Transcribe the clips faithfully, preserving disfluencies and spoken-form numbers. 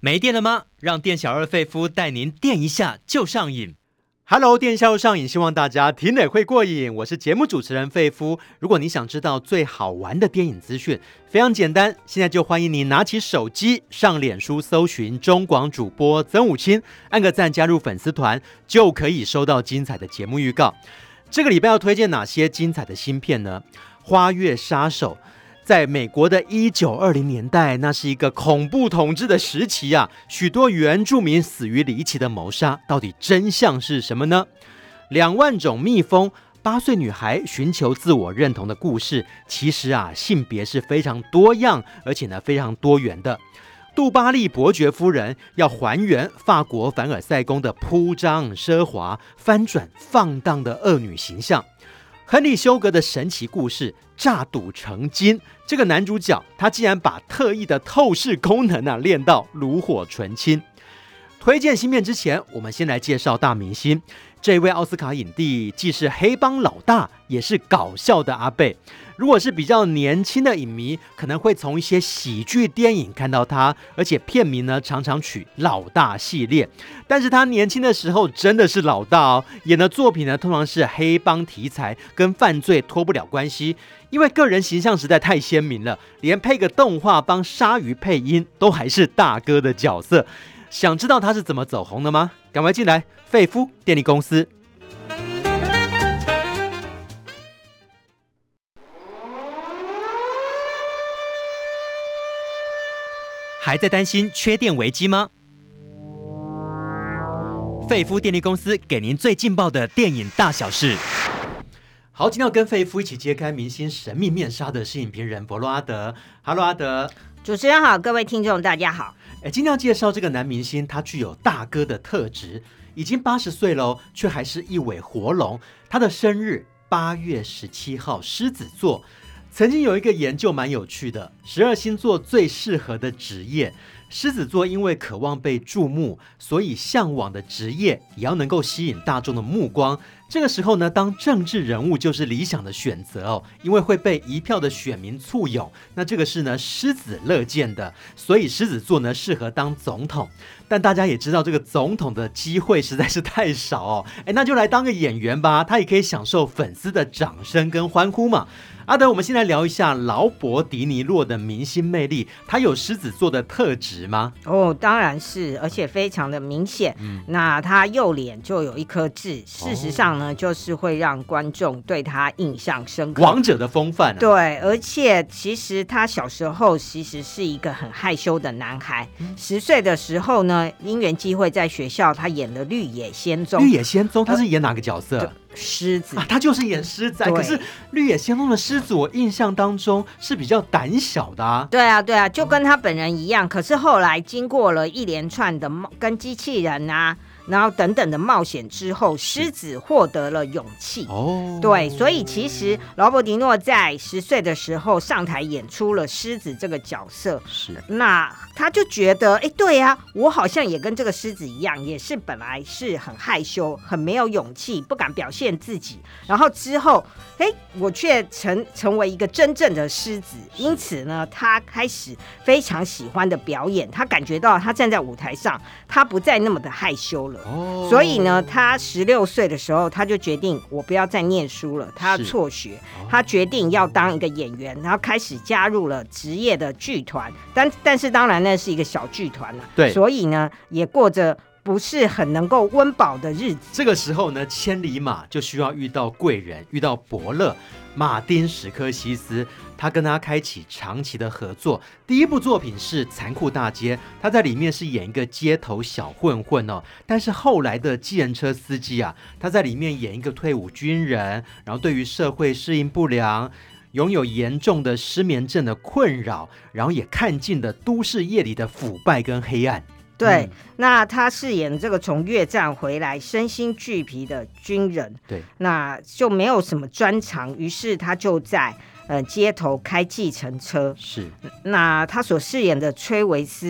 没电了吗？让店小二费夫带您电一下就上瘾。Hello， 电销上瘾，希望大家听了会过瘾。我是节目主持人费夫。如果你想知道最好玩的电影资讯，非常简单，现在就欢迎你拿起手机上脸书搜寻中广主播曾武清，按个赞加入粉丝团，就可以收到精彩的节目预告。这个礼拜要推荐哪些精彩的新片呢？花月杀手。在美国的一九二零年代，那是一个恐怖统治的时期啊，许多原住民死于离奇的谋杀，到底真相是什么呢？两万种蜜蜂，八岁女孩寻求自我认同的故事，其实啊，性别是非常多样，而且呢非常多元的。杜巴利伯爵夫人要还原法国凡尔赛宫的铺张奢华、翻转放荡的恶女形象。亨利·休格的神奇故事诈赌成金，这个男主角他竟然把特异的透视功能啊练到炉火纯青。推荐新片之前，我们先来介绍大明星。这位奥斯卡影帝既是黑帮老大，也是搞笑的阿贝。如果是比较年轻的影迷，可能会从一些喜剧电影看到他，而且片名呢常常取老大系列。但是他年轻的时候真的是老大哦，演的作品呢通常是黑帮题材，跟犯罪脱不了关系。因为个人形象实在太鲜明了，连配个动画帮鲨鱼配音都还是大哥的角色。想知道他是怎么走红的吗？赶快进来，费夫电力公司。还在担心缺电危机吗？费夫电力公司给您最劲爆的电影大小事。好，今天要跟费夫一起揭开明星神秘面纱的是影评人伯洛阿德。Hello， 阿德。 主持人好，各位听众大家好。 哎，今天要介绍这个男明星，他具有大哥的特质，已经八十岁了，却还是一尾活龙。他的生日八月十七号，狮子座。曾经有一个研究蛮有趣的，十二星座最适合的职业。狮子座因为渴望被注目，所以向往的职业也要能够吸引大众的目光。这个时候呢，当政治人物就是理想的选择哦，因为会被一票的选民簇拥。那这个是呢狮子乐见的，所以狮子座呢适合当总统。但大家也知道，这个总统的机会实在是太少哦，哎，那就来当个演员吧，他也可以享受粉丝的掌声跟欢呼嘛。阿德，我们先来聊一下劳勃·迪尼洛的明星魅力，他有狮子座的特质吗？ 哦，当然是，而且非常的明显。嗯、那他右脸就有一颗痣，事实上呢，哦、就是会让观众对他印象深刻。 王者的风范、啊。 对，而且其实他小时候其实是一个很害羞的男孩。十、嗯、岁的时候呢，因缘机会在学校他演了《绿野仙踪》。 绿野仙踪，他是演哪个角色？ 狮子啊，他就是演狮子。可是绿野仙踪的狮子，我印象当中是比较胆小的啊。 对啊，对啊，就跟他本人一样。哦、可是后来经过了一连串的跟机器人啊，然后等等的冒险之后，狮子获得了勇气。哦，对，所以其实劳勃·迪诺在十岁的时候上台演出了狮子这个角色。 是， 那他就觉得，哎，对啊，我好像也跟这个狮子一样，也是本来是很害羞、很没有勇气、不敢表现自己，然后之后，哎，我却成成为一个真正的狮子。因此呢，他开始非常喜欢的表演，他感觉到他站在舞台上，他不再那么的害羞了。哦，所以呢，他十六岁的时候，他就决定我不要再念书了，他要辍学，哦、他决定要当一个演员，然后开始加入了职业的剧团，但但是当然那是一个小剧团了， 对， 所以呢，也过着不是很能够温饱的日子。 这个时候呢，千里马就需要遇到贵人，遇到伯乐马丁·史科西斯，他跟他开启长期的合作。第一部作品是《残酷大街》，他在里面是演一个街头小混混哦。但是后来的计程车司机啊，他在里面演一个退伍军人，然后对于社会适应不良，拥有严重的失眠症的困扰，然后也看尽了都市夜里的腐败跟黑暗。 对、嗯，那他饰演这个从越战回来身心俱疲的军人， 对， 那就没有什么专长，于是他就在呃街头开计程车。 是， 那他所饰演的崔维斯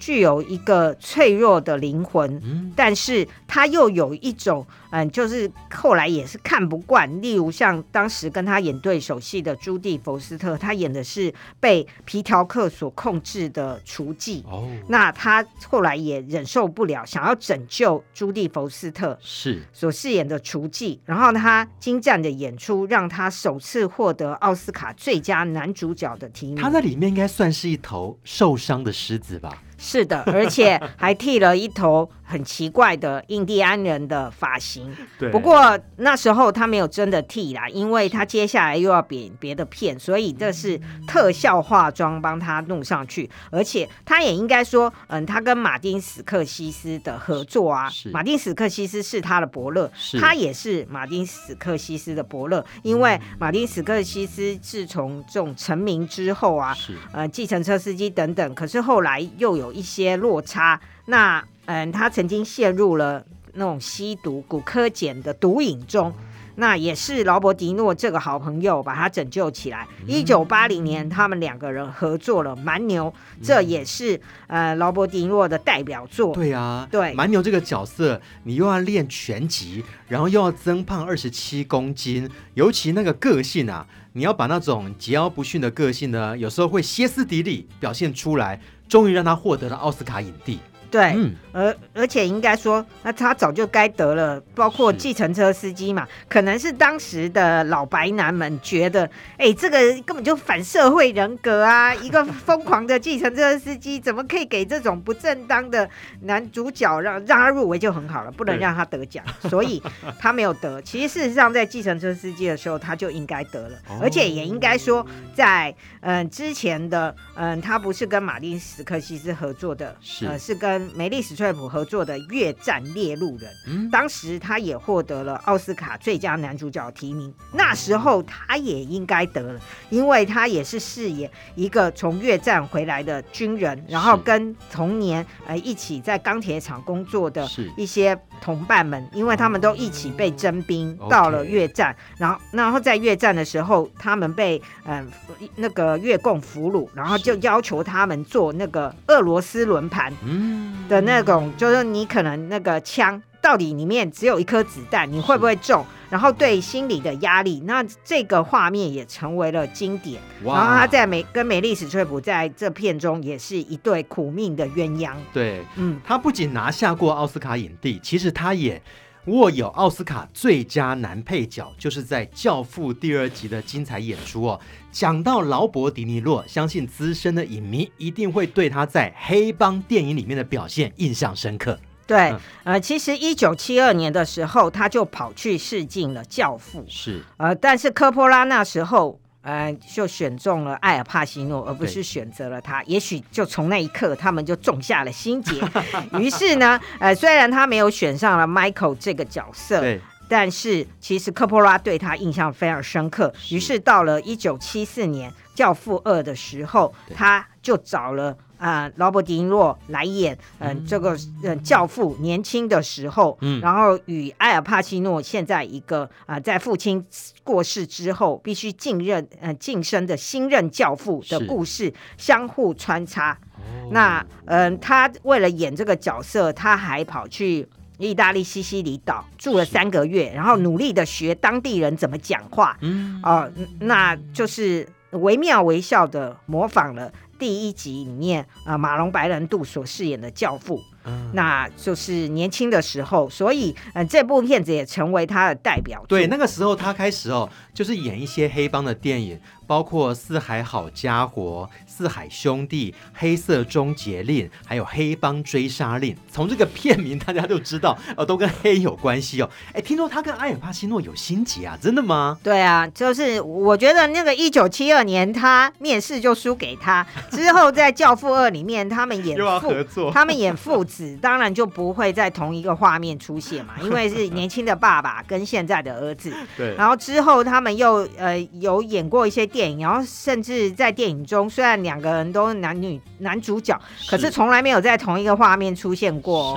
具有一个脆弱的灵魂， 嗯， 但是他又有一种嗯，就是后来也是看不惯，例如像当时跟他演对手戏的朱蒂·福斯特，他演的是被皮条客所控制的厨妓， 哦， 那他后来也忍受不了，想要拯救朱蒂·福斯特是所饰演的厨妓，然后他精湛的演出让他首次获得奥斯卡最佳男主角的提名。 他在里面应该算是一头受伤的狮子吧？ 是的，而且还剃了一头很奇怪的印第安人的发型。 对， 不过那时候他没有真的剃啦，因为他接下来又要演别的片，所以这是特效化妆帮他弄上去。而且他也应该说，嗯，他跟马丁·史克西斯的合作啊，马丁·史克西斯是他的伯乐，他也是马丁·史克西斯的伯乐，因为马丁·史克西斯自从这种成名之后啊，呃，计程车司机等等，可是后来又有一些落差，那嗯，他曾经陷入了那种吸毒、古柯碱的毒瘾中，那也是劳勃迪诺这个好朋友把他拯救起来。一九八零年，他们两个人合作了《蛮牛》，这也是呃劳勃迪诺的代表作。 对啊， 对， 蛮牛这个角色，你又要练拳击，然后又要增胖二十七公斤，尤其那个个性啊，你要把那种桀骜不驯的个性呢，有时候会歇斯底里表现出来，终于让他获得了奥斯卡影帝。 对，嗯，而而且应该说，那他早就该得了，包括计程车司机嘛，可能是当时的老白男们觉得，哎，这个根本就反社会人格啊，一个疯狂的计程车司机，怎么可以给这种不正当的男主角让让他入围就很好了，不能让他得奖，所以他没有得。其实事实上，在计程车司机的时候，他就应该得了，哦、而且也应该说在，在嗯之前的嗯，他不是跟马丁·史克西斯合作的， 是、 呃、是跟梅丽史翠普合作的《越战猎鹿人》，嗯，当时他也获得了奥斯卡最佳男主角提名。那时候他也应该得了，因为他也是饰演一个从越战回来的军人，然后跟同年呃一起在钢铁厂工作的一些同伴们，因为他们都一起被征兵到了越战，然后然后在越战的时候，他们被嗯、呃、那个越共俘虏，然后就要求他们做那个俄罗斯轮盘的那种，就是你可能那个枪到底里面只有一颗子弹，你会不会中？然后对心理的压力，那这个画面也成为了经典。然后他在美跟梅丽史翠普在这片中也是一对苦命的鸳鸯。 对，嗯，他不仅拿下过奥斯卡影帝，其实他也握有奥斯卡最佳男配角，就是在《教父》第二集的精彩演出哦。讲到劳勃迪尼洛，相信资深的影迷一定会对他在黑帮电影里面的表现印象深刻。 对，嗯、呃，其实一九七二年的时候，他就跑去试镜了《教父》， 是， 呃，但是科波拉那时候。呃，就选中了艾尔帕西诺，而不是选择了他。也许就从那一刻，他们就种下了心结。于是呢，呃，虽然他没有选上了 Michael 这个角色，对，但是其实科波拉对他印象非常深刻。于是到了一九七四年《教父二》的时候，他就找了。呃，劳勃迪尼洛来演，嗯、呃，这个呃教父年轻的时候，嗯，然后与埃尔帕西诺现在一个啊、呃，在父亲过世之后必须晋任呃晋升的新任教父的故事相互穿插。哦、那嗯、呃，他为了演这个角色，他还跑去意大利西西里岛住了三个月，然后努力的学当地人怎么讲话，嗯，哦、呃，那就是惟妙惟肖的模仿了。第一集里面啊、呃，马龙白兰度所饰演的教父，嗯、那就是年轻的时候，所以呃，这部片子也成为他的代表作。 对，那个时候他开始哦，就是演一些黑帮的电影，包括《四海好家伙》、《四海兄弟》、《黑色终结令》，还有《黑帮追杀令》。从这个片名大家就知道，呃，都跟黑有关系哦。哎，听说他跟埃尔帕西诺有心结啊？真的吗？ 对啊，就是我觉得那个一九七二年他面试就输给他。之后在《教父二》里面，他们演又要合作， 他们演父子，当然就不会在同一个画面出现嘛，因为是年轻的爸爸跟现在的儿子。 对。 然后之后他们又呃有演过一些电影，然后甚至在电影中，虽然两个人都是男女男主角，可是从来没有在同一个画面出现过、哦。是。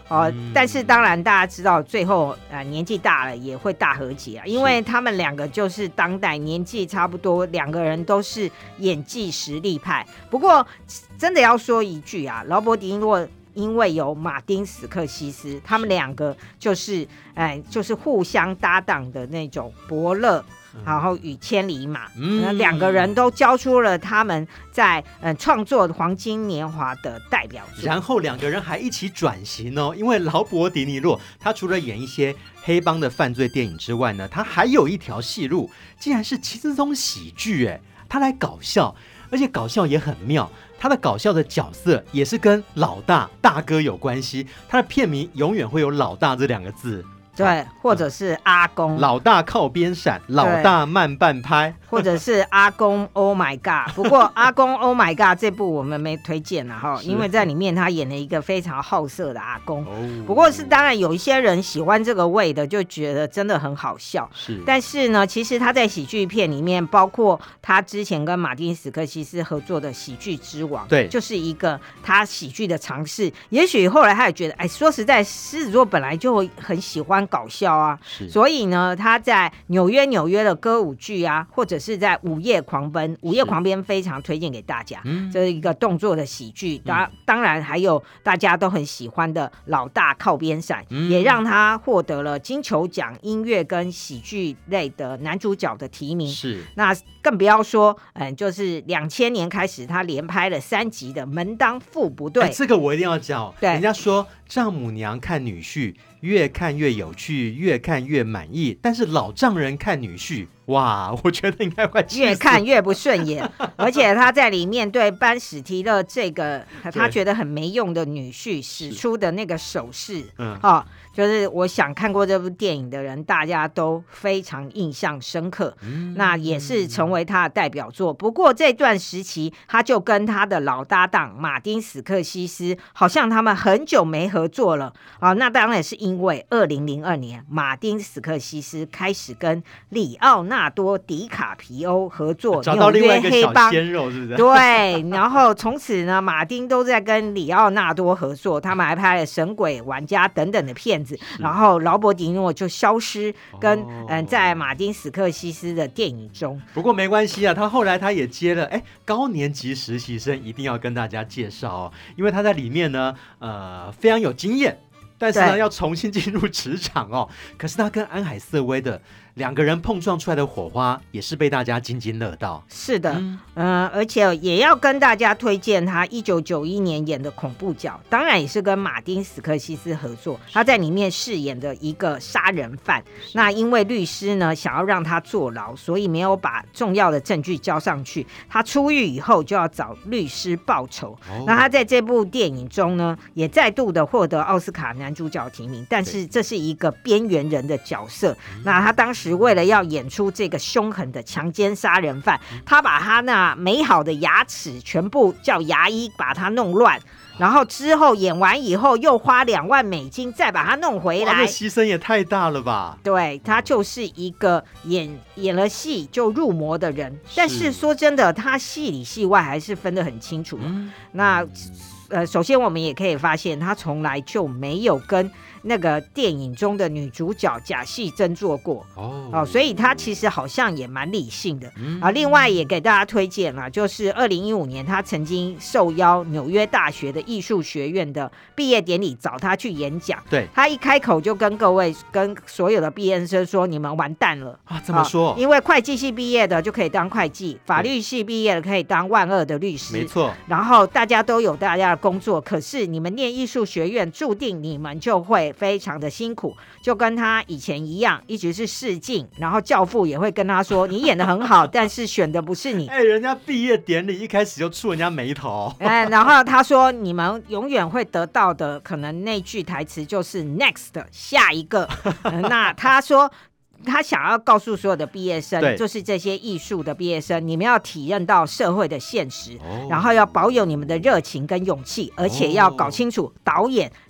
哦，但是当然大家知道，最后呃年纪大了也会大和解啊，因为他们两个就是当代年纪差不多，两个人都是演技实力派。不过真的要说一句啊，劳勃迪尼洛因为有马丁史克西斯，他们两个就是哎就是互相搭档的那种伯乐。然后与千里马，嗯，两个人都交出了他们在嗯创作黄金年华的代表作。 然后两个人还一起转型哦，因为劳勃迪尼洛他除了演一些黑帮的犯罪电影之外呢，他还有一条戏路，竟然是轻松喜剧，哎，他来搞笑，而且搞笑也很妙。他的搞笑的角色也是跟老大大哥有关系，他的片名永远会有老大这两个字。 对，或者是阿公， 老大靠边闪，老大慢半拍， 或者是阿公 Oh my God。不过阿公 Oh my God 这部我们没推荐了哈，因为在里面他演了一个非常好色的阿公。哦、不过是当然有一些人喜欢这个味的，就觉得真的很好笑。是，但是呢，其实他在喜剧片里面，包括他之前跟马丁史克西斯合作的《喜剧之王》，对，就是一个他喜剧的尝试。也许后来他也觉得，哎，说实在，狮子座本来就很喜欢搞笑啊，所以呢，他在纽约纽约的歌舞剧啊，或者是在午夜狂奔，午夜狂奔非常推荐给大家，这是一个动作的喜剧。当当然还有大家都很喜欢的老大靠边闪，嗯、也让他获得了金球奖音乐跟喜剧类的男主角的提名。是，那更不要说，嗯，就是两千年开始，他连拍了三集的《门当户不对》。 这个我一定要讲，对，人家说丈母娘看女婿。越看越有趣，越看越满意，但是老丈人看女婿，哇，我觉得应该会越看越不顺眼。而且他在里面对班史提勒这个他觉得很没用的女婿使出的那个手势，嗯，哦，就是我想看过这部电影的人，大家都非常印象深刻。嗯、那也是成为他的代表作。不过这段时期，他就跟他的老搭档马丁史克西斯，好像他们很久没合作了啊。那当然是因为二零零二年，马丁史克西斯开始跟里奥纳多·迪卡皮欧合作， 找到另外一个小鲜肉，是不是？ 对，然后从此呢，马丁都在跟里奥纳多合作，他们还拍了《神鬼玩家》等等的片子，然后劳勃迪诺就消失跟、哦嗯、在马丁史克西斯的电影中。 不过没关系啊，他后来他也接了哎高年级实习生，一定要跟大家介绍哦，因为他在里面呢，呃，非常有经验。但是呢，要重新进入职场哦。可是他跟安海瑟薇的两个人碰撞出来的火花，也是被大家津津乐道。 是的，嗯、呃，而且也要跟大家推荐他一九九一年演的《恐怖角》，当然也是跟马丁史克西斯合作。他在里面饰演的一个杀人犯，那因为律师呢想要让他坐牢，所以没有把重要的证据交上去。他出狱以后就要找律师报仇。哦、那他在这部电影中呢，也再度的获得奥斯卡男主角提名，但是这是一个边缘人的角色。那他当时为了要演出这个凶狠的强奸杀人犯，他把他那美好的牙齿全部叫牙医把他弄乱，然后之后演完以后又花两万美金再把他弄回来。 这牺牲也太大了吧？ 对，他就是一个演演了戏就入魔的人，但是说真的，他戏里戏外还是分得很清楚。嗯、那呃，首先我们也可以发现，他从来就没有跟那个电影中的女主角假戏真做过哦、呃，所以他其实好像也蛮理性的、嗯、啊。另外也给大家推荐了，就是二零一五年他曾经受邀纽约大学的艺术学院的毕业典礼找他去演讲，对，他一开口就跟各位跟所有的毕业生说：“你们完蛋了啊！”怎么说、 呃？因为会计系毕业的就可以当会计，法律系毕业的可以当万恶的律师， 没错。 然后大家都有大家的工作，可是你们念艺术学院，注定你们就会非常的辛苦，就跟他以前一样，一直是试镜，然后教父也会跟他说：“你演得很好，但是选的不是你。” 哎，人家毕业典礼一开始就触人家眉头。 哎，然后他说：“你们永远会得到的，可能那句台词就是 next 下一个。呃”那他说。他想要告诉所有的毕业生，就是这些艺术的毕业生，你们要体验到社会的现实、哦、然后要保有你们的热情跟勇气，而且要搞清楚导演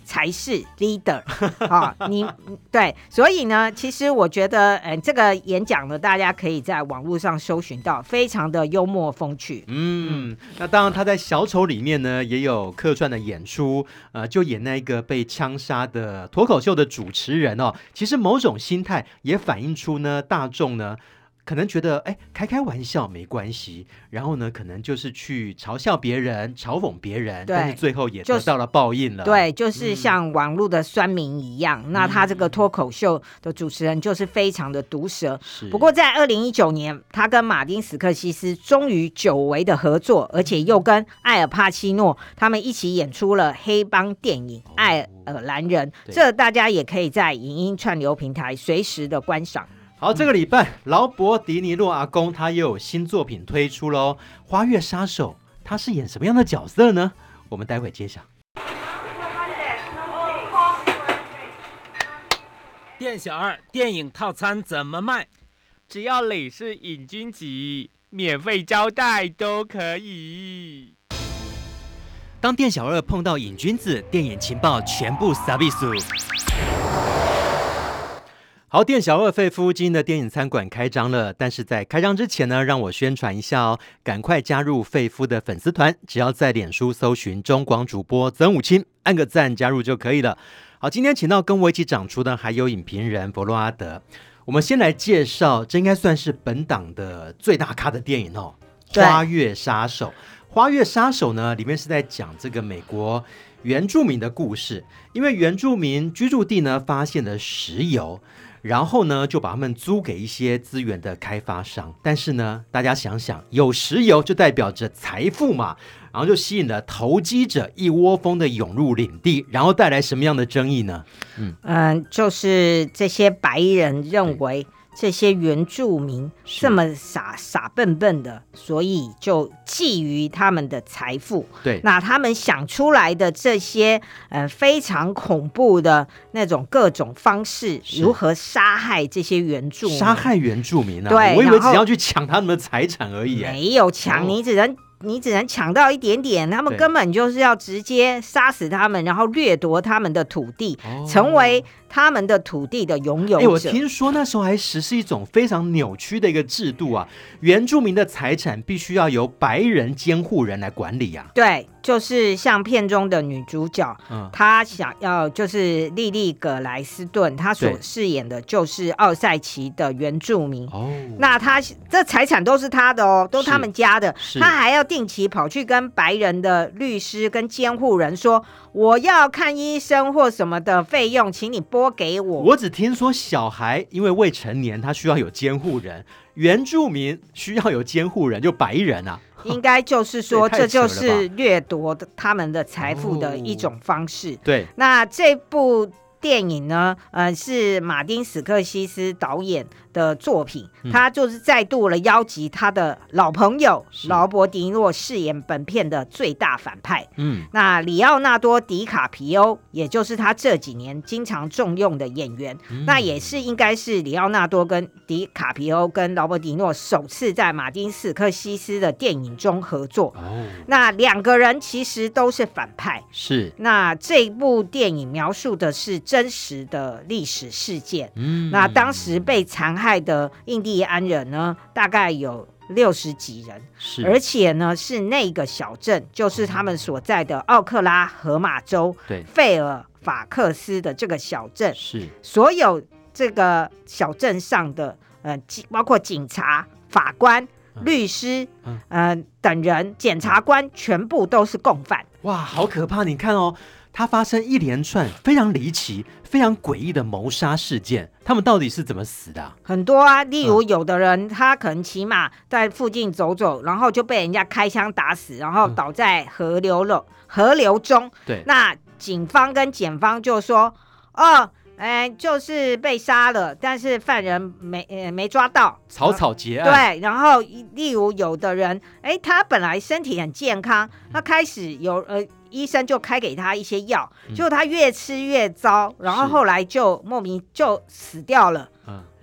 才是 leader 啊、哦，你对，所以呢，其实我觉得，嗯，这个演讲呢，大家可以在网络上搜寻到，非常的幽默风趣。 嗯，那当然他在小丑里面呢也有客串的演出，呃，就演那个被枪杀的脱口秀的主持人哦。其实某种心态也反映出呢，大众呢可能觉得哎，开开玩笑没关系，然后呢可能就是去嘲笑别人嘲讽别人，但是最后也得到了报应了、 就是、对，就是像网络的酸民一样、嗯、那他这个脱口秀的主持人就是非常的毒舌。不过在二零一九年他跟马丁斯科西斯终于久违的合作，而且又跟艾尔帕西诺他们一起演出了黑帮电影《爱尔兰人》，这大家也可以在影音串流平台随时的观赏。 好，这个礼拜劳勃迪尼洛阿公他又有新作品推出咯，花月杀手他是演什么样的角色呢？我们待会揭晓。 店小二，电影套餐怎么卖？ 只要你是瘾君子，免费招待都可以。 当店小二碰到瘾君子，电影情报全部撒比苏。好，店小二费夫今天的电影餐馆开张了，但是在开张之前呢，让我宣传一下哦，赶快加入费夫的粉丝团，只要在脸书搜寻中广主播曾武清，按个赞加入就可以了。好，今天请到跟我一起长出的还有影评人弗洛阿德。我们先来介绍，这应该算是本档的最大咖的电影哦，《花月杀手》。《花月杀手》呢，里面是在讲这个美国原住民的故事，因为原住民居住地呢发现了石油。然后呢，就把他们租给一些资源的开发商，但是呢，大家想想，有石油就代表着财富嘛，然后就吸引了投机者一窝蜂的涌入领地，然后带来什么样的争议呢？嗯嗯，就是这些白人认为这些原住民这么傻傻笨笨的，所以就觊觎他们的财富。 对， 那他们想出来的这些呃非常恐怖的那种各种方式，如何杀害这些原住民？ 杀害原住民啊？ 对， 我以为只要去抢他们的财产而已。 没有抢，哦、你只能。你只能抢到一点点，他们根本就是要直接杀死他们，然后掠夺他们的土地，哦、成为他们的土地的拥有者。 我听说那时候还实施一种非常扭曲的一个制度啊，原住民的财产必须要由白人监护人来管理啊。 对，就是像片中的女主角，嗯、她想要就是莉莉·葛莱斯顿，她所饰演的就是奥赛奇的原住民。哦，那她这财产都是她的哦，都他们家的，她还要定期跑去跟白人的律师跟监护人说，我要看医生或什么的费用，请你拨给我。 我只听说小孩因为未成年，他需要有监护人，原住民需要有监护人，就白人啊。 应该就是说，这就是掠夺他们的财富的一种方式。 哦、对， 那这部电影呢，呃，是马丁·史克西斯导演的作品，嗯、他就是再度了邀集他的老朋友劳勃·迪尼洛饰演本片的最大反派。嗯，那里奥纳多·迪卡皮欧，也就是他这几年经常重用的演员，嗯、那也是应该是里奥纳多跟迪卡皮欧跟劳勃·迪尼洛首次在马丁·史克西斯的电影中合作。哦，那两个人其实都是反派。 是， 那这部电影描述的是真实的历史事件。嗯，那当时被残害的印第安人呢，大概有六十几人，是，而且呢是那个小镇，就是他们所在的奥克拉荷马州费尔法克斯的这个小镇，是所有这个小镇上的呃，包括警察、法官、嗯、律师、嗯呃、等人，检察官全部都是共犯。 哇，好可怕！你看哦。它发生一连串非常离奇、非常诡异的谋杀事件，他们到底是怎么死的、啊？ 很多啊，例如有的人他可能骑马在附近走走，然后就被人家开枪打死，然后倒在河流了、嗯、河流中。对，那警方跟检方就说，哦。哎，就是被杀了，但是犯人没呃没抓到， 草草结案。 对，然后例如有的人，哎，他本来身体很健康，他开始有呃医生就开给他一些药，结果他越吃越糟，然后后来就莫名就死掉了。嗯，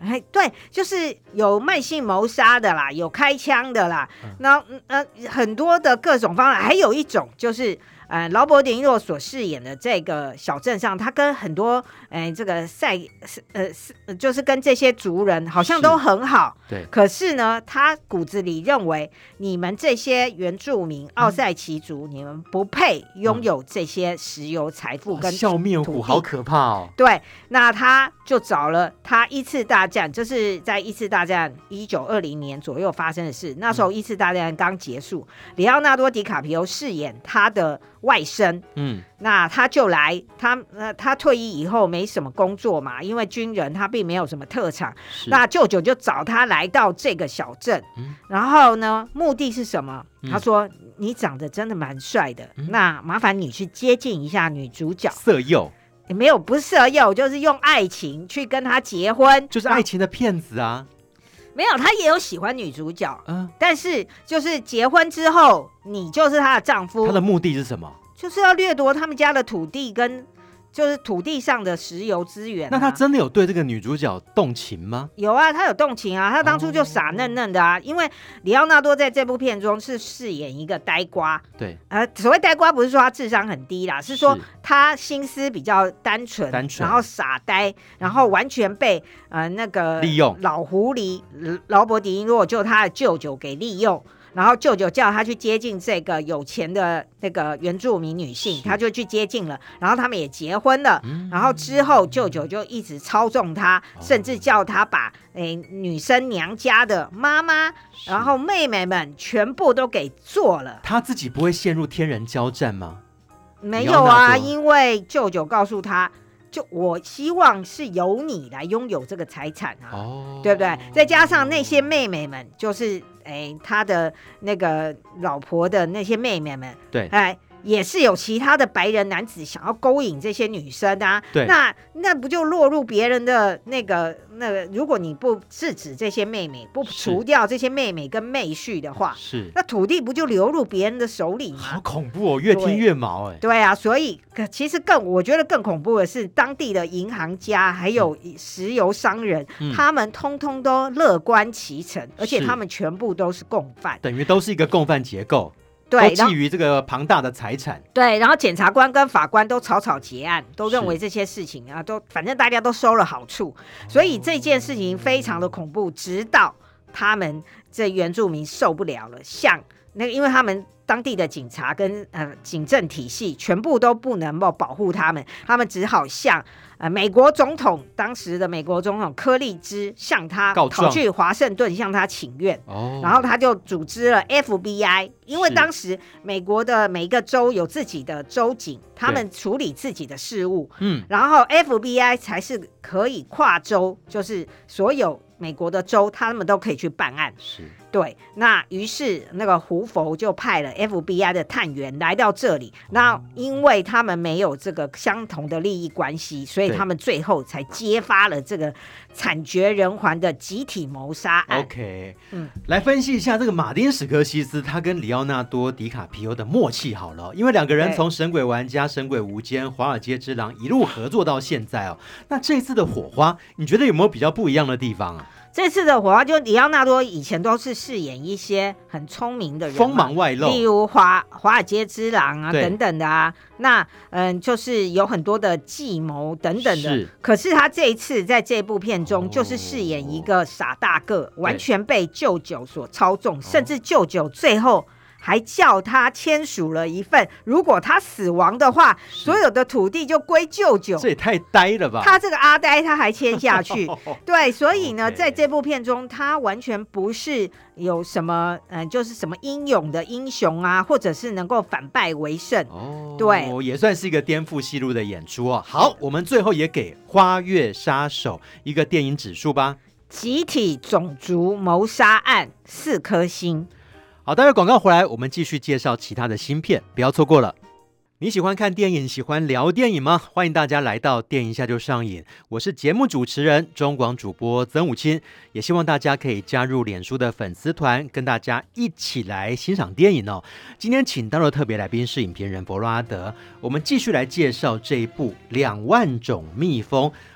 哎，对，就是有慢性谋杀的啦，有开枪的啦，那、嗯、呃很多的各种方法，还有一种就是呃劳勃·迪尼洛所饰演的这个小镇上，他跟很多哎、呃、这个塞呃就是跟这些族人好像都很好， 对， 可是呢，他骨子里认为你们这些原住民奥塞奇族，嗯、你们不配拥有这些石油财富跟土地。 笑面虎好可怕哦。 对，那他就找了他一次大战，这是在一次大战一九二零年左右发生的事。那时候一次大战刚结束，嗯、里奥纳多·迪卡皮欧饰演他的外甥，嗯，那他就来，他呃他退役以后没什么工作嘛，因为军人他并没有什么特长，那舅舅就找他来到这个小镇，嗯、然后呢，目的是什么？嗯、他说你长得真的蛮帅的，嗯、那麻烦你去接近一下女主角， 色诱。 没有，不是色诱，就是用爱情去跟他结婚， 就是爱情的骗子啊。 没有，他也有喜欢女主角，嗯，但是就是结婚之后，你就是他的丈夫。 他的目的是什么？ 就是要掠夺他们家的土地跟就是土地上的石油资源、啊。 那他真的有对这个女主角动情吗？ 有啊，他有动情啊，他当初就傻嫩嫩的啊。哦、因为里奥纳多在这部片中是饰演一个呆瓜， 对， 呃，所谓呆瓜不是说他智商很低啦，是说他心思比较单纯， 单纯， 然后傻呆，然后完全被呃那个利用老狐狸劳勃·迪尼洛就他的舅舅给利用。然后舅舅叫他去接近这个有钱的那个原住民女性，他就去接近了，然后他们也结婚了。嗯、然后之后舅舅就一直操纵他，哦、甚至叫他把诶女生娘家的妈妈，然后妹妹们全部都给做了。 他自己不会陷入天人交战吗？ 没有啊，因为舅舅告诉他。就我希望是由你来拥有这个财产啊，哦、对不对？再加上那些妹妹们，就是哎，他的那个老婆的那些妹妹们， 对， 哎，也是有其他的白人男子想要勾引这些女生啊， 对， 那那不就落入别人的那个那个？如果你不制止这些妹妹，不除掉这些妹妹跟妹婿的话， 是， 那土地不就流入别人的手里吗？ 好恐怖哦，越听越毛哎。 对啊，所以其实更我觉得更恐怖的是，当地的银行家还有石油商人，嗯、他们通通都乐观其成，而且他们全部都是共犯， 等于都是一个共犯结构。 对， 都觊觎这个庞大的财产。 对，然后检察官跟法官都草草结案，都认为这些事情啊，都反正大家都收了好处，所以这件事情非常的恐怖。直到他们这原住民受不了了，像那个，因为他们当地的警察跟呃警政体系全部都不能够保护他们，他们只好向呃美国总统当时的美国总统柯立芝向他跑去华盛顿向他请愿，哦、然后他就组织了 F B I， 因为当时美国的每一个州有自己的州警，他们处理自己的事务，嗯，然后 F B I 才是可以跨州，就是所有美国的州他们都可以去办案， 是。 对，那于是那个胡佛就派了 F B I 的探员来到这里，那因为他们没有这个相同的利益关系，所以他们最后才揭发了这个惨绝人寰的集体谋杀案。 OK， 嗯，来分析一下这个马丁史柯西斯他跟里奥纳多迪卡皮欧的默契好了，因为两个人从神鬼玩家、神鬼无间、华尔街之狼一路合作到现在哦，那这次的火花你觉得有没有比较不一样的地方啊？ 这次的火花就里奥纳多以前都是饰演一些很聪明的人， 锋芒外露， 例如华华尔街之狼啊等等的啊，那嗯就是有很多的计谋等等的。是，可是他这一次在这部片中就是饰演一个傻大个，哦、完全被舅舅所操纵，甚至舅舅最后还叫他签署了一份，如果他死亡的话，所有的土地就归舅舅。 这也太呆了吧！ 他这个阿呆他还签下去，对，所以呢， okay. 在这部片中，他完全不是有什么，嗯、呃，就是什么英勇的英雄啊，或者是能够反败为胜。哦，对， 也算是一个颠覆戏路的演出哦。好，我们最后也给《花月杀手》一个电影指数吧。 集体种族谋杀案四颗星。 好，待会广告回来，我们继续介绍其他的新片，不要错过了。你喜欢看电影，喜欢聊电影吗？欢迎大家来到电影一下就上瘾，我是节目主持人中广主播曾武清，也希望大家可以加入脸书的粉丝团，跟大家一起来欣赏电影哦。今天请到的特别来宾是影评人伯拉德，我们继续来介绍这一部《两万种蜜蜂》。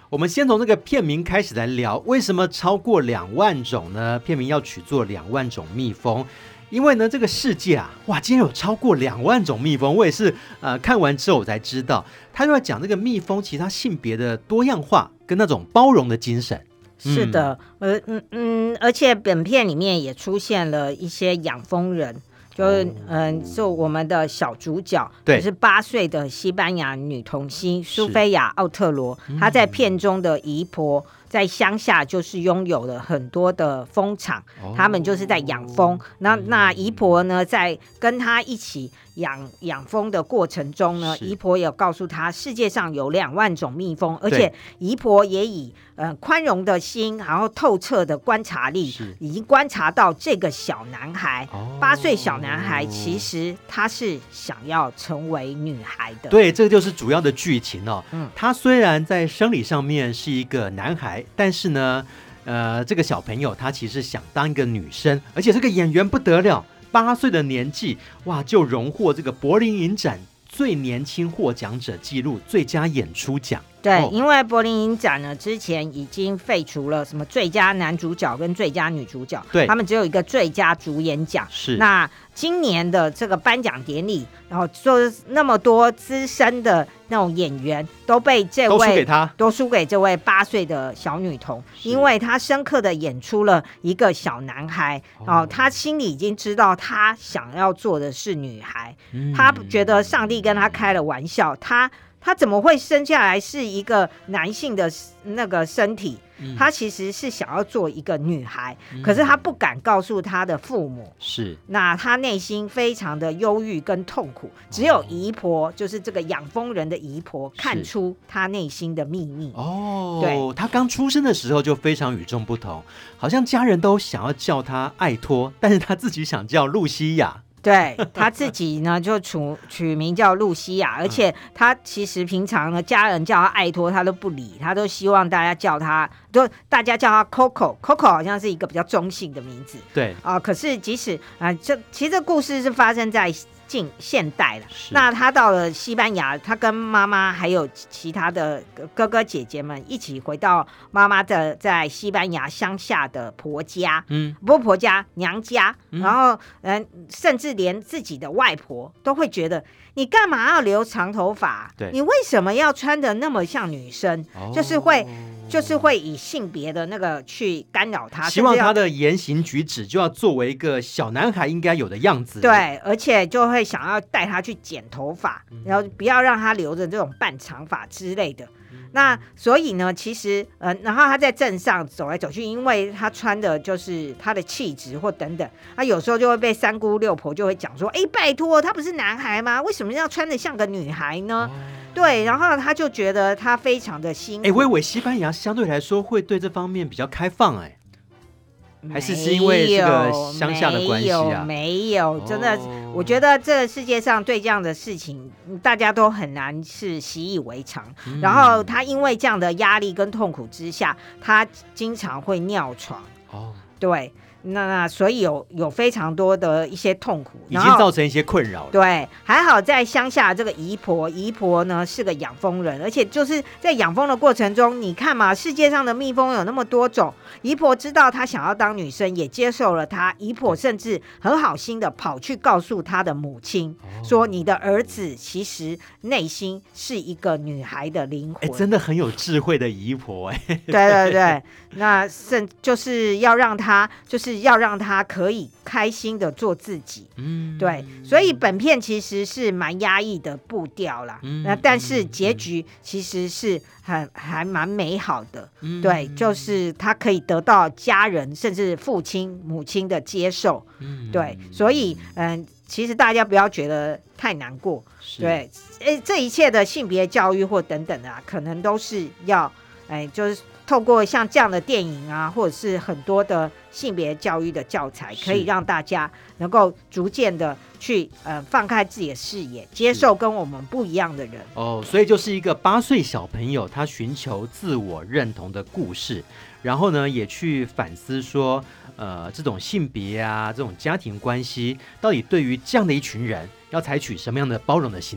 我们先从这个片名开始来聊，为什么超过两万种呢？片名要取作两万种蜜蜂，因为呢这个世界啊，哇，竟然有超过两万种蜜蜂，我也是呃看完之后我才知道，他就在讲这个蜜蜂其他性别的多样化跟那种包容的精神。 是的，呃嗯嗯，而且本片里面也出现了一些养蜂人。就是嗯，就我们的小主角，就是八岁的西班牙女童星苏菲亚·奥特罗，她在片中的姨婆在乡下就是拥有了很多的蜂场，哦、他们就是在养蜂。那那姨婆呢，在跟她一起养养蜂的过程中呢，姨婆也有告诉她，世界上有两万种蜜蜂，而且姨婆也以呃宽容的心，然后透彻的观察力，已经观察到这个小男孩，八、哦、岁小男孩，其实他是想要成为女孩的。 对，这个就是主要的剧情哦。嗯，他虽然在生理上面是一个男孩，但是呢，呃，这个小朋友他其实想当一个女生，而且这个演员不得了，八岁的年纪，哇，就荣获这个柏林影展最年轻获奖者纪录最佳演出奖。 对、哦，因为柏林影展呢，之前已经废除了什么最佳男主角跟最佳女主角，对，他们只有一个最佳主演奖。 是， 那今年的这个颁奖典礼，然后说那么多资深的那种演员都被这位都输给他， 都输给这位八岁的小女童，因为他深刻的演出了一个小男孩，哦，他心里已经知道他想要做的是女孩，嗯、他觉得上帝跟他开了玩笑，他。他怎么会生下来是一个男性的那个身体？嗯、他其实是想要做一个女孩，嗯、可是他不敢告诉他的父母。 是， 那他内心非常的忧郁跟痛苦，只有姨婆，哦、就是这个养蜂人的姨婆，看出他内心的秘密。 哦，对，他刚出生的时候就非常与众不同，好像家人都想要叫他艾托，但是他自己想叫露西亚。 对，他自己呢就取取名叫露西亚，而且他其实平常呢家人叫他艾托他都不理，他都希望大家叫他，都大家叫他 Coco Coco 好像是一个比较中性的名字。 对啊、 呃，可是即使啊、呃，这其实这故事是发生在近现代了。那他到了西班牙，他跟妈妈还有其他的哥哥姐姐们一起回到妈妈的在西班牙乡下的婆家，嗯，不是婆家，娘家，嗯、然后嗯、呃，甚至连自己的外婆都会觉得，你干嘛要留长头发？对，你为什么要穿得那么像女生？哦、就是会。就是会以性别的那个去干扰他， 希望他的言行举止就要作为一个小男孩应该有的样子。 对，而且就会想要带他去剪头发，嗯、然后不要让他留着这种半长发之类的。嗯、那所以呢，其实呃，然后他在镇上走来走去，因为他穿的就是他的气质或等等，他有时候就会被三姑六婆就会讲说：“哎，拜托，他不是男孩吗？为什么要穿得像个女孩呢？”哦，对，然后他就觉得他非常的辛苦。 哎，我以为西班牙相对来说会对这方面比较开放，哎，还是是因为这个乡下的关系啊？ 没有，没有，真的，哦、我觉得这个世界上对这样的事情，大家都很难是习以为常。嗯、然后他因为这样的压力跟痛苦之下，他经常会尿床。哦，对。那那所以有有非常多的一些痛苦， 已经造成一些困扰了。 对，还好在乡下这个姨婆，姨婆呢是个养蜂人，而且就是在养蜂的过程中，你看嘛，世界上的蜜蜂有那么多种，姨婆知道她想要当女生，也接受了她。姨婆甚至很好心的跑去告诉她的母亲，哦、说你的儿子其实内心是一个女孩的灵魂。 哎，真的很有智慧的姨婆哎。 对对对，那甚就是要让她就是。是要让他可以开心的做自己，嗯，对，所以本片其实是蛮压抑的步调啦，嗯、那但是结局其实是很还蛮美好的，嗯、对，就是他可以得到家人甚至父亲母亲的接受，嗯、对，所以嗯，其实大家不要觉得太难过，对，这一切的性别教育或等等啊，可能都是要哎，就是透过像这样的电影啊，或者是很多的性别教育的教材，可以让大家能够逐渐的去呃放开自己的视野，接受跟我们不一样的人。 哦，所以就是一个八岁小朋友他寻求自我认同的故事，然后呢也去反思说，呃，这种性别啊，这种家庭关系，到底对于这样的一群人，要采取什么样的包容的心态？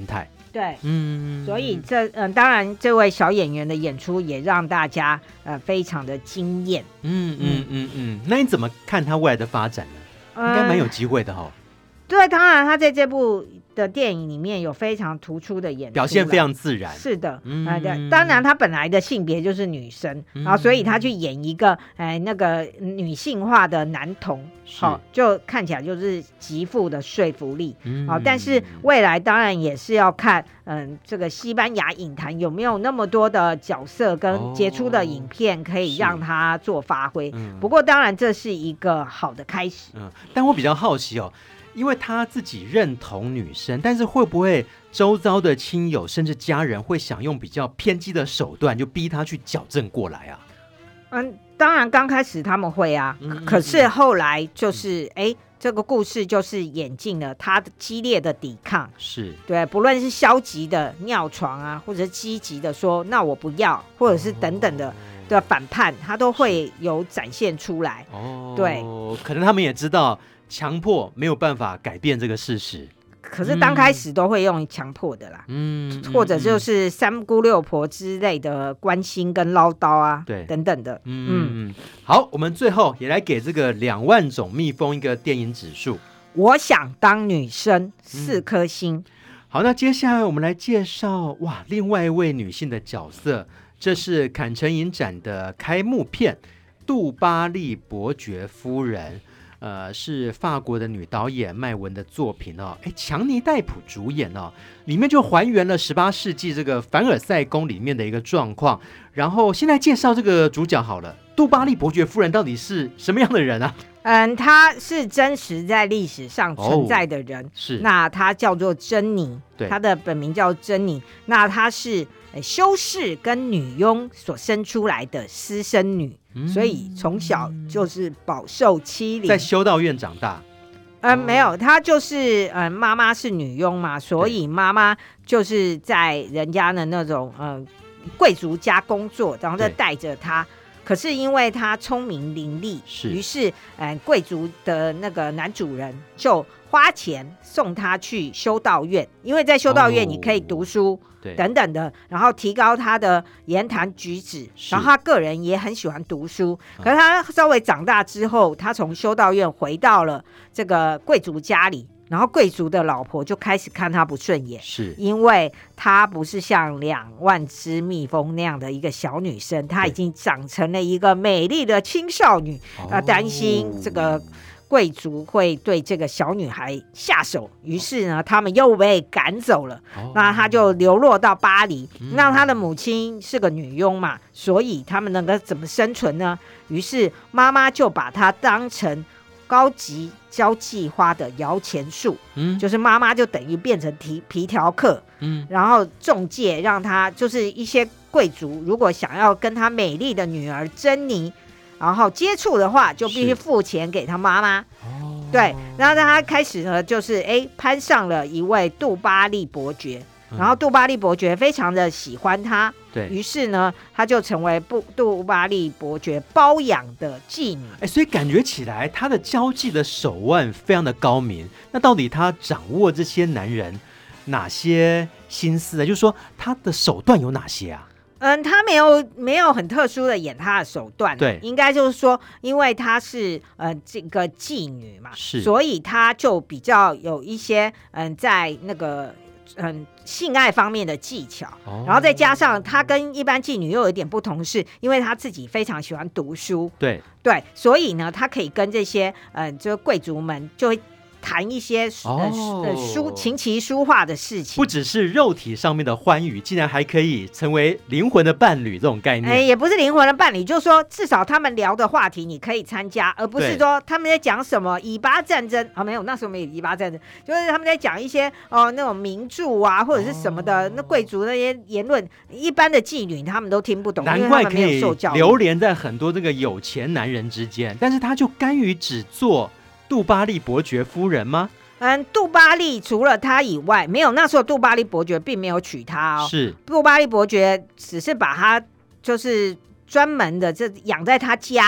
对， 嗯， 所以这嗯、呃，当然这位小演员的演出也让大家呃非常的惊艳。 嗯嗯嗯嗯，那你怎么看他未来的发展呢？ 嗯、 应该蛮有机会的哈、哦。 对，当然他在这部的电影里面有非常突出的演出， 表现非常自然。 是的， 嗯、 呃，对，当然他本来的性别就是女生， 嗯、 然后所以他去演一个哎、呃、那个女性化的男童，好、哦，就看起来就是极富的说服力。 嗯， 好、哦，但是未来当然也是要看，嗯，这个西班牙影坛有没有那么多的角色跟杰出的影片可以让他做发挥。 哦嗯、 不过当然这是一个好的开始。 嗯，但我比较好奇哦。因为他自己认同女生，但是会不会周遭的亲友甚至家人会想用比较偏激的手段，就逼他去矫正过来啊？ 嗯，当然刚开始他们会啊，嗯、可是后来就是哎、嗯，这个故事就是演进了他的激烈的抵抗， 是对，不论是消极的尿床啊，或者是积极的说那我不要，或者是等等的。哦的反叛，他都会有展现出来。 哦， 对， 可能他们也知道强迫没有办法改变这个事实， 可是刚开始都会用强迫的啦，嗯，或者就是三姑六婆之类的关心跟唠叨啊，对，等等的。 嗯嗯，好，我们最后也来给这个两万种蜜蜂一个电影指数。 我想当女生，四颗星。嗯、 好，那接下来我们来介绍哇，另外一位女性的角色。这是坎城影展的开幕片，杜巴利伯爵夫人，呃，是法国的女导演麦文的作品哦。哎，强尼戴普主演哦，里面就还原了十八世纪这个凡尔赛宫里面的一个状况。然后现在介绍这个主角好了，杜巴利伯爵夫人到底是什么样的人啊？ 嗯，她是真实在历史上存在的人，哦、 是。 那她叫做珍妮，她的本名叫珍妮。那她是修士跟女佣所生出来的私生女，嗯、所以从小就是饱受欺凌， 在修道院长大。 呃，没有，她就是呃，妈妈是女佣嘛，所以妈妈就是在人家的那种呃贵族家工作，然后再带着她。可是因为他聪明伶俐，于是呃贵族的那个男主人就花钱送他去修道院，因为在修道院你可以读书、哦、等等的，然后提高他的言谈举止，然后他个人也很喜欢读书。可是他稍微长大之后，他从修道院回到了这个贵族家里，然后贵族的老婆就开始看他不顺眼， 是因为他不是像两万只蜜蜂那样的一个小女生，她已经长成了一个美丽的青少女，她、哦、担心这个贵族会对这个小女孩下手，于是呢他们又被赶走了、哦、那她就流落到巴黎、嗯、那她的母亲是个女佣嘛，所以他们能够怎么生存呢？于是妈妈就把她当成高级交际花的摇钱树、嗯、就是妈妈就等于变成皮皮条客、嗯、然后中介让他就是一些贵族如果想要跟他美丽的女儿珍妮然后接触的话就必须付钱给他妈妈、哦、对，然后他开始呢就是哎攀上了一位杜巴利伯爵，然后杜巴利伯爵非常的喜欢他，对，于是呢他就成为杜巴利伯爵包养的妓女。 哎，所以感觉起来他的交际的手腕非常的高明。那到底他掌握这些男人哪些心思呢？就是说他的手段有哪些啊？ 嗯，他没有没有很特殊的演他的手段，对，应该就是说，因为他是呃这个妓女嘛，是，所以他就比较有一些嗯在那个嗯性爱方面的技巧、哦、然后再加上他跟一般妓女又有一点不同，是因为他自己非常喜欢读书， 对对， 所以呢他可以跟这些嗯就贵族们就会谈一些、哦呃、书琴棋书画的事情， 不只是肉体上面的欢愉，竟然还可以成为灵魂的伴侣，这种概念、 欸、也不是灵魂的伴侣，就是说至少他们聊的话题你可以参加，而不是说他们在讲什么以巴战争啊，没有，那时候没有以巴战争，就是他们在讲一些哦那种名著啊或者是什么的、哦、那贵族那些言论，一般的妓女他们都听不懂， 难怪可以流连在很多这个有钱男人之间，但是他就甘于只做杜巴利伯爵夫人吗？ 嗯，杜巴利除了他以外，没有，那时候杜巴利伯爵并没有娶她哦。 是， 杜巴利伯爵只是把他就是专门的这养在他家，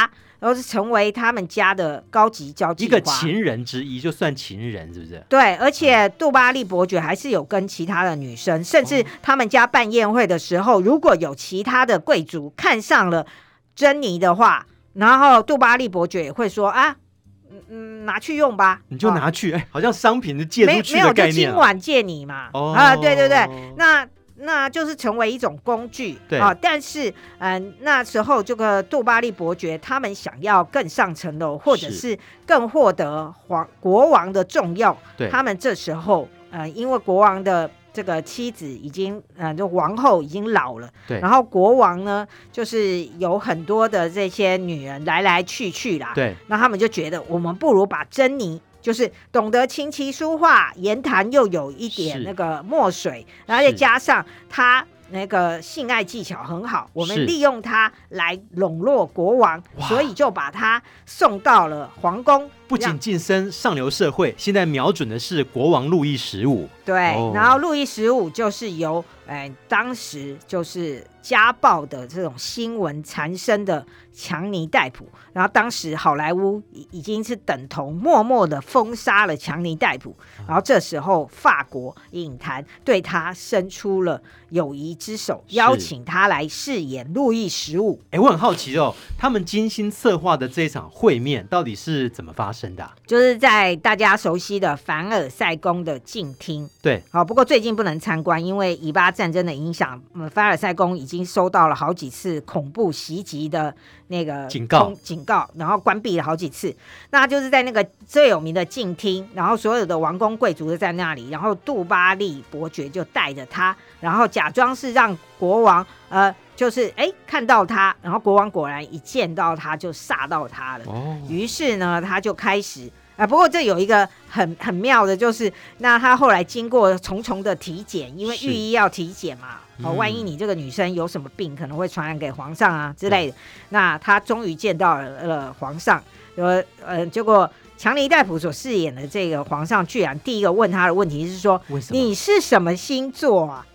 然后是成为他们家的高级交际花， 一个情人之一，就算情人是不是？ 对，而且杜巴利伯爵还是有跟其他的女生，甚至他们家办宴会的时候，如果有其他的贵族看上了珍妮的话，然后杜巴利伯爵也会说啊，嗯，拿去用吧， 你就拿去，哎、哦，好像商品是借出去的概念、啊， 没有就今晚借你嘛， 哦、 啊，对对对，那。那就是成为一种工具啊， 但是嗯、呃，那时候这个杜巴利伯爵他们想要更上层楼，或者是更获得皇国王的重用，他们这时候呃，因为国王的这个妻子已经呃，就王后已经老了， 对， 然后国王呢，就是有很多的这些女人来来去去啦， 对， 那他们就觉得我们不如把珍妮。就是懂得琴棋书画，言谈又有一点那个墨水，然后再加上他那个性爱技巧很好，我们利用他来笼络国王，所以就把他送到了皇宫， 不仅晋升上流社会，现在瞄准的是国王路易十五。 对，哦、然后路易十五就是由哎当时就是家暴的这种新闻缠身的强尼戴普，然后当时好莱坞已经是等同默默的封杀了强尼戴普，然后这时候法国影坛对他伸出了友谊之手，邀请他来饰演路易十五。 哎，我很好奇哦，他们精心策划的这一场会面到底是怎么发生的、啊？ 就是在大家熟悉的凡尔赛宫的镜厅。 对， 好，不过最近不能参观，因为以巴战争的影响，嗯，凡尔赛宫已经收到了好几次恐怖袭击的那个警告， 警告，然后关闭了好几次。那就是在那个最有名的镜厅，然后所有的王公贵族都在那里，然后杜巴利伯爵就带着他，然后假装是让国王，呃，就是哎看到他，然后国王果然一见到他就煞到他了。哦，于是呢，他就开始。啊，不过这有一个很很妙的，就是那他后来经过重重的体检，因为御医要体检嘛，哦，万一你这个女生有什么病，可能会传染给皇上啊之类的。那他终于见到了、呃、皇上，呃呃，结果强尼戴普所饰演的这个皇上，居然第一个问他的问题是说：“你是什么星座啊？”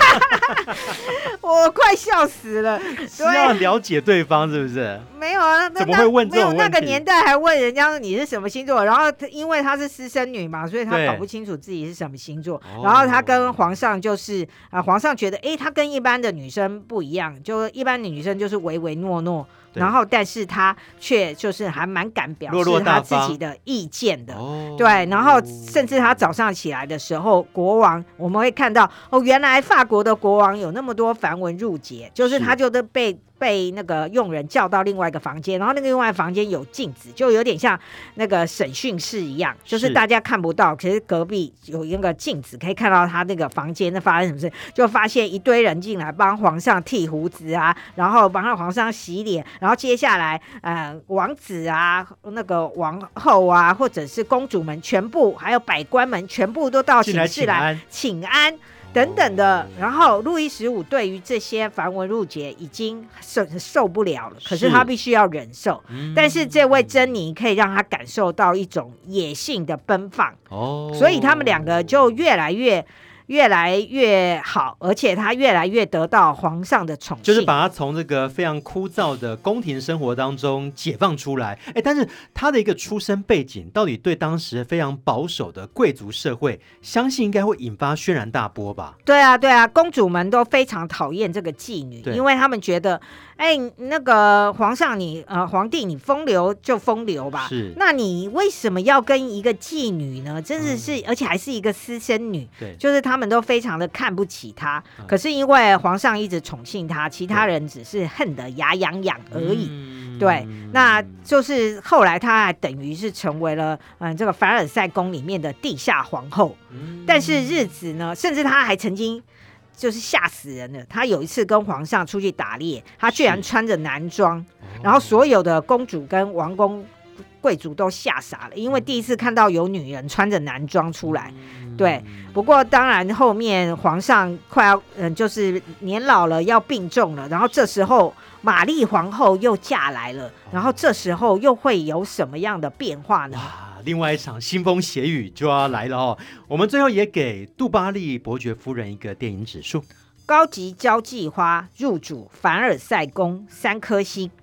我快笑死了！ 是要了解对方是不是？ 没有啊， 怎么会问这种问题？ 没有，那个年代还问人家你是什么星座，然后因为他是私生女嘛，所以他搞不清楚自己是什么星座。然后他跟皇上就是啊、呃，皇上觉得哎，他跟一般的女生不一样，就一般的女生就是唯唯诺诺。然后，但是他却就是还蛮敢表示他自己的意见的， 哦、 对。然后，甚至他早上起来的时候，国王我们会看到哦，原来法国的国王有那么多繁文缛节，就是他就都被。被那个佣人叫到另外一个房间，然后那个另外房间有镜子，就有点像那个审讯室一样，就是大家看不到，可是隔壁有一个镜子可以看到他那个房间那发生什么事，就发现一堆人进来帮皇上剃胡子啊，然后帮皇上洗脸，然后接下来呃王子啊、那个王后啊，或者是公主们全部还有百官们全部都到寝室来请安等等的，然后路易十五对于这些繁文缛节已经 受, 受不了了，可是他必须要忍受、嗯、但是这位珍妮可以让他感受到一种野性的奔放、哦、所以他们两个就越来越越来越好，而且他越来越得到皇上的宠幸， 就是把他从这个非常枯燥的宫廷生活当中解放出来。哎，但是他的一个出身背景到底对当时非常保守的贵族社会，相信应该会引发轩然大波吧？ 对啊对啊，公主们都非常讨厌这个妓女，因为他们觉得哎，那个皇上你呃皇帝你风流就风流吧， 是， 那你为什么要跟一个妓女呢？真的是、嗯、而且还是一个私生女， 对， 就是他们都非常的看不起她、嗯、可是因为皇上一直宠幸她，其他人只是恨得牙痒痒而已、嗯、对，那就是后来她还等于是成为了嗯这个凡尔赛宫里面的地下皇后、嗯、但是日子呢，甚至她还曾经就是吓死人了，他有一次跟皇上出去打猎，他居然穿着男装，然后所有的公主跟王公贵族都吓傻了，因为第一次看到有女人穿着男装出来。对，不过当然后面皇上快要嗯就是年老了要病重了，然后这时候玛丽皇后又嫁来了，然后这时候又会有什么样的变化呢？ 另外一场腥风血雨就要来了哦。我们最后也给杜巴利伯爵夫人一个电影指数， 高级交际花入主凡尔赛宫三颗星。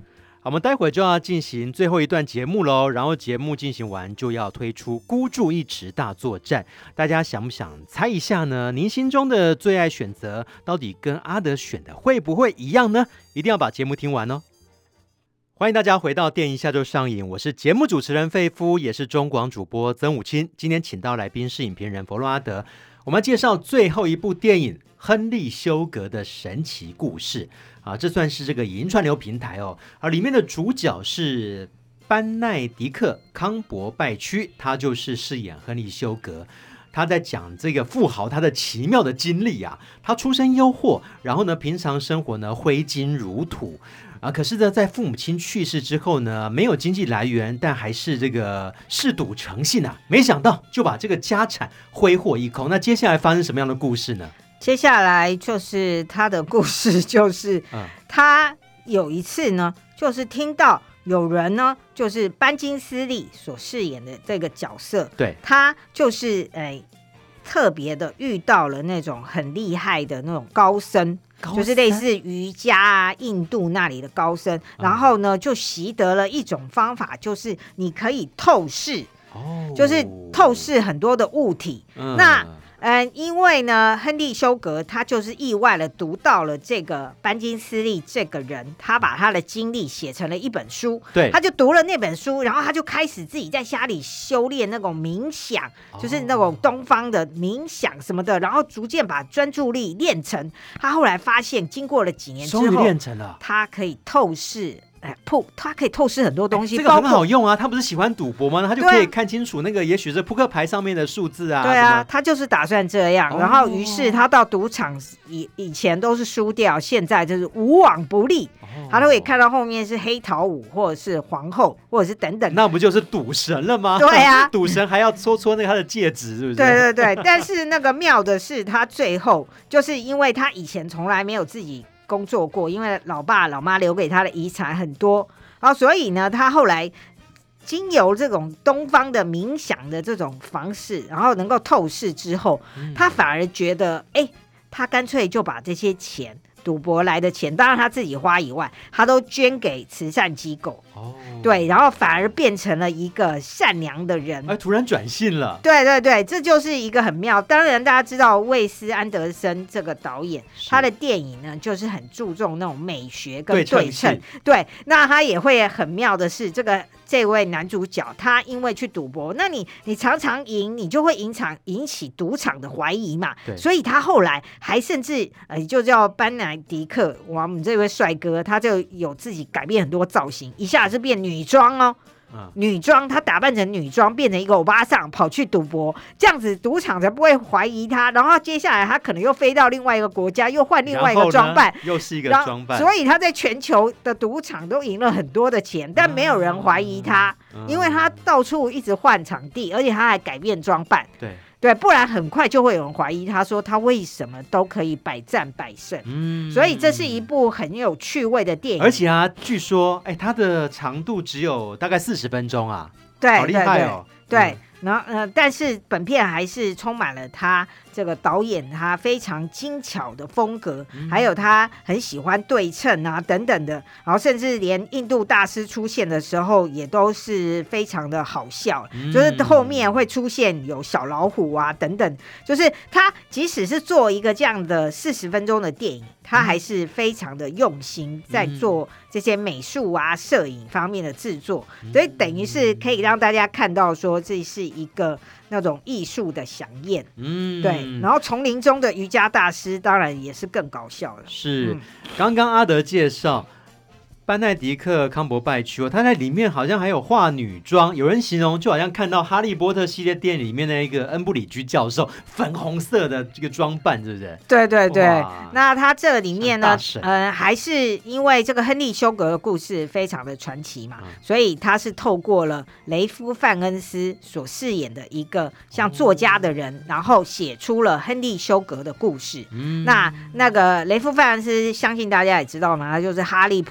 我们待会就要进行最后一段节目咯，然后节目进行完就要推出孤注一掷大作战，大家想不想猜一下呢？您心中的最爱选择到底跟阿德选的会不会一样呢？一定要把节目听完哦。欢迎大家回到电影一下就上瘾，我是节目主持人费夫，也是中广主播曾武清。今天请到来宾是影评人佛洛阿德，我们要介绍最后一部电影亨利休格的神奇故事啊，这算是这个影音串流平台哦。而里面的主角是班奈迪克·康伯拜区，他就是饰演亨利休格。他在讲这个富豪他的奇妙的经历啊，他出身优渥，然后呢，平常生活呢挥金如土啊，可是呢，在父母亲去世之后呢，没有经济来源，但还是这个嗜赌成性啊，没想到就把这个家产挥霍一空。那接下来发生什么样的故事呢？ 接下来就是他的故事，就是他有一次呢，就是听到有人呢，就是班金斯利所饰演的这个角色， 对， 他就是哎特别的遇到了那种很厉害的那种高僧，就是类似瑜伽啊、印度那里的高僧，然后呢就习得了一种方法，就是你可以透视，哦，就是透视很多的物体，嗯、那。嗯，因为呢，亨利休格他就是意外的读到了这个班金斯利这个人，他把他的经历写成了一本书， 对， 他就读了那本书，然后他就开始自己在家里修炼那种冥想，哦、就是那种东方的冥想什么的，然后逐渐把专注力练成。他后来发现，经过了几年之后， 终于练成了， 他可以透视。哎，铺他可以透视很多东西， 这个很好用啊！他不是喜欢赌博吗？他就可以看清楚那个，也许是扑克牌上面的数字啊。 对啊，他就是打算这样。哦、然后，于是他到赌场以以前都是输掉，现在就是无往不利。哦、他都可以看到后面是黑桃五，或者是皇后，或者是等等。 那不就是赌神了吗？ 对啊， 赌神还要戳戳那个他的戒指，是不是？ 对对对。但是那个妙的是，他最后就是因为他以前从来没有自己工作过，因为老爸老妈留给他的遗产很多。然后所以呢，他后来经由这种东方的冥想的这种方式，然后能够透视之后，他反而觉得，哎，他干脆就把这些钱，赌博来的钱，当然他自己花以外，他都捐给慈善机构。哦，对，然后反而变成了一个善良的人， 哎，突然转性了。 对对对，这就是一个很妙。当然，大家知道魏斯安德森这个导演，他的电影呢，就是很注重那种美学跟对称。对称对，那他也会很妙的是，这个这位男主角，他因为去赌博，那你你常常赢，你就会引场引起赌场的怀疑嘛。所以他后来还甚至呃，就叫班奈迪克，我们这位帅哥，他就有自己改变很多造型，一下是变女装哦。嗯、女装，他打扮成女装，变成一个欧巴桑，跑去赌博，这样子赌场才不会怀疑他。然后接下来他可能又飞到另外一个国家，又换另外一个装扮， 又是一个装扮。 所以他在全球的赌场都赢了很多的钱，但没有人怀疑他，嗯、因为他到处一直换场地，而且他还改变装扮。 对。 对，不然很快就会有人怀疑他说他为什么都可以百战百胜。嗯，所以这是一部很有趣味的电影。 而且啊，据说，哎，它的长度只有大概四十分钟啊， 对， 好厉害哦。 对，对嗯、然后呃，但是本片还是充满了他这个导演他非常精巧的风格，嗯、还有他很喜欢对称啊等等的，然后甚至连印度大师出现的时候也都是非常的好笑，嗯、就是后面会出现有小老虎啊等等，就是他即使是做一个这样的四十分钟的电影，他还是非常的用心在做这些美术啊摄影方面的制作，嗯、所以等于是可以让大家看到说这是一个那种艺术的飨宴。嗯，对。然后丛林中的瑜伽大师当然也是更搞笑了。 是，嗯、刚刚阿德介绍班奈迪克·康伯拜区，他在里面好像还有化女装，有人形容就好像看到哈利波特系列电影里面的一个恩布里居教授粉红色的这个装扮，是不是？ 对对对。那他这里面呢，呃，还是因为这个亨利休格的故事非常的传奇嘛，嗯、所以他是透过了雷夫·范恩斯所饰演的一个像作家的人，哦、然后写出了亨利休格的故事。嗯、那那个雷夫·范恩斯，相信大家也知道嘛，他就是哈利波特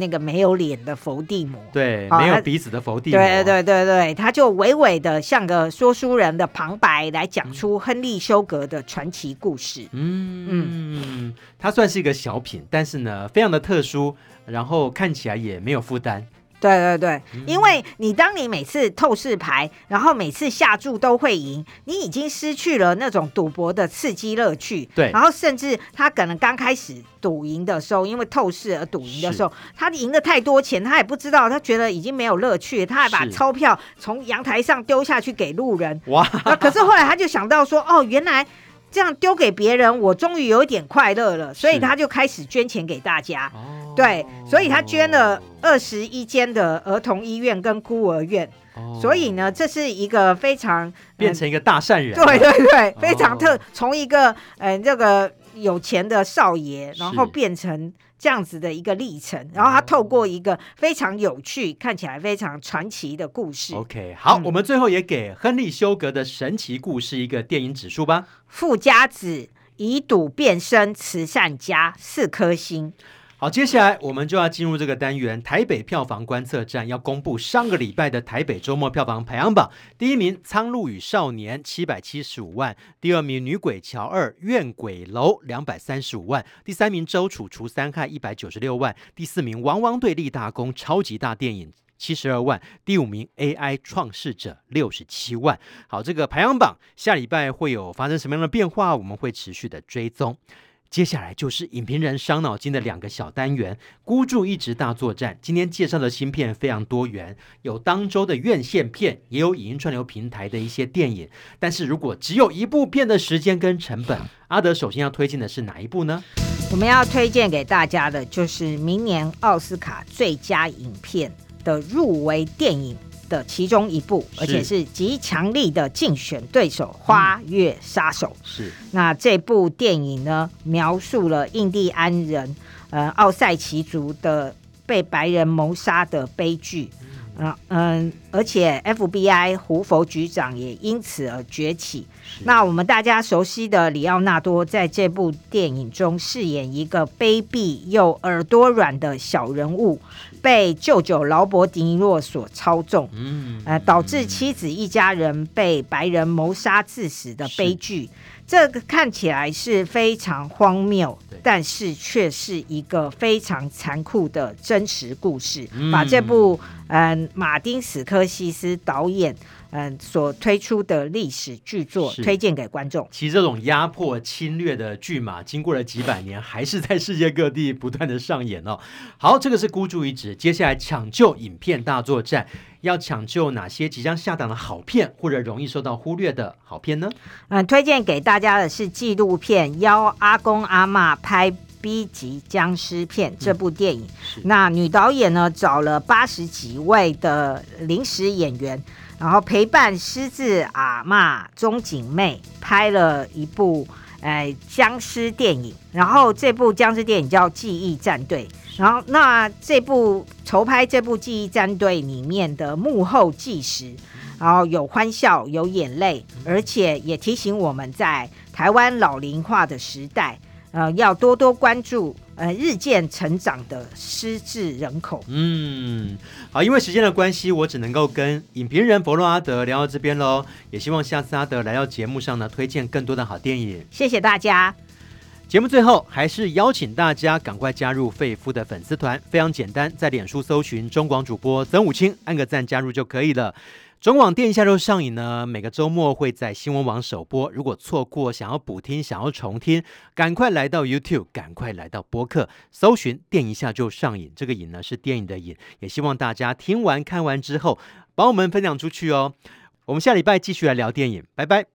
那个没有脸的伏地魔， 对， 哦没有鼻子的伏地魔， 对对对对，他就娓娓的像个说书人的旁白来讲出亨利休格的传奇故事。 嗯嗯，它算是一个小品，但是呢，非常的特殊，然后看起来也没有负担。 对对对，因为你当你每次透视牌，然后每次下注都会赢，你已经失去了那种赌博的刺激乐趣。 对， 然后甚至他可能刚开始赌赢的时候，因为透视而赌赢的时候，他赢了太多钱，他也不知道，他觉得已经没有乐趣，他还把钞票从阳台上丢下去给路人。哇！可是后来他就想到说，哦，原来这样丢给别人，我终于有一点快乐了，所以他就开始捐钱给大家。对，所以他捐了二十一间的儿童医院跟孤儿院。哦、所以呢，这是一个非常、呃、 变成一个大善人。 对对对，非常特，从、哦、一个呃这个有钱的少爷，然后变成这样子的一个历程，然后他透过一个非常有趣、看起来非常传奇的故事。 OK， 好、嗯，我们最后也给亨利休格的神奇故事一个电影指数吧。 富家子以赌变身慈善家，四颗星。 好，接下来我们就要进入这个单元，台北票房观测站要公布上个礼拜的台北周末票房排行榜。第一名《苍鹭与少年》七百七十五万，第二名《女鬼桥二》怨鬼楼两百三十五万，第三名《周楚除三害》一百九十六万，第四名《汪汪队立大功》超级大电影七十二万，第五名 A I 创世者六十七万。好，这个排行榜下礼拜会有发生什么样的变化，我们会持续的追踪。接下来就是影评人伤脑筋的两个小单元，孤注一掷大作战。今天介绍的新片非常多元，有当周的院线片，也有影音串流平台的一些电影。但是如果只有一部片的时间跟成本，阿德首先要推荐的是哪一部呢？ 我们要推荐给大家的就是明年奥斯卡最佳影片的入围电影的其中一部，而且是极强力的竞选对手《花月杀手》。是，那这部电影呢，描述了印第安人呃奥塞奇族的被白人谋杀的悲剧。嗯嗯，而且 F B I 胡佛局长也因此而崛起。那我们大家熟悉的里奥纳多在这部电影中饰演一个卑鄙又耳朵软的小人物，被舅舅劳勃迪尼洛所操纵，嗯呃，导致妻子一家人被白人谋杀致死的悲剧。这个看起来是非常荒谬，但是却是一个非常残酷的真实故事。嗯、把这部嗯、呃、马丁史科西斯导演嗯、呃、所推出的历史巨作推荐给观众。 其实这种压迫侵略的剧码，经过了几百年，还是在世界各地不断的上演哦。好，这个是孤注一掷。接下来抢救影片大作战。要抢救哪些即将下档的好片，或者容易受到忽略的好片呢？ 嗯，推荐给大家的是纪录片《邀阿公阿嬷拍 B 级僵尸片》这部电影。嗯、那女导演呢，找了八十几位的临时演员，然后陪伴失智阿嬷钟景妹拍了一部呃僵尸电影。然后这部僵尸电影叫《记忆战队》。然后，那这部筹拍这部记忆战队里面的幕后纪实，然后有欢笑，有眼泪，而且也提醒我们在台湾老龄化的时代，呃，要多多关注呃日渐成长的失智人口。 嗯，好，因为时间的关系，我只能够跟影评人佛洛阿德聊到这边喽。也希望下次阿德来到节目上呢，推荐更多的好电影。 谢谢大家。 节目最后还是邀请大家赶快加入费夫的粉丝团，非常简单，在脸书搜寻中广主播曾武清，按个赞加入就可以了。中广电一下就上瘾呢，每个周末会在新闻网首播，如果错过想要补听想要重听，赶快来到 YouTube， 赶快来到播客搜寻电一下就上瘾，这个瘾呢是电影的瘾，也希望大家听完看完之后帮我们分享出去哦。我们下礼拜继续来聊电影，拜拜。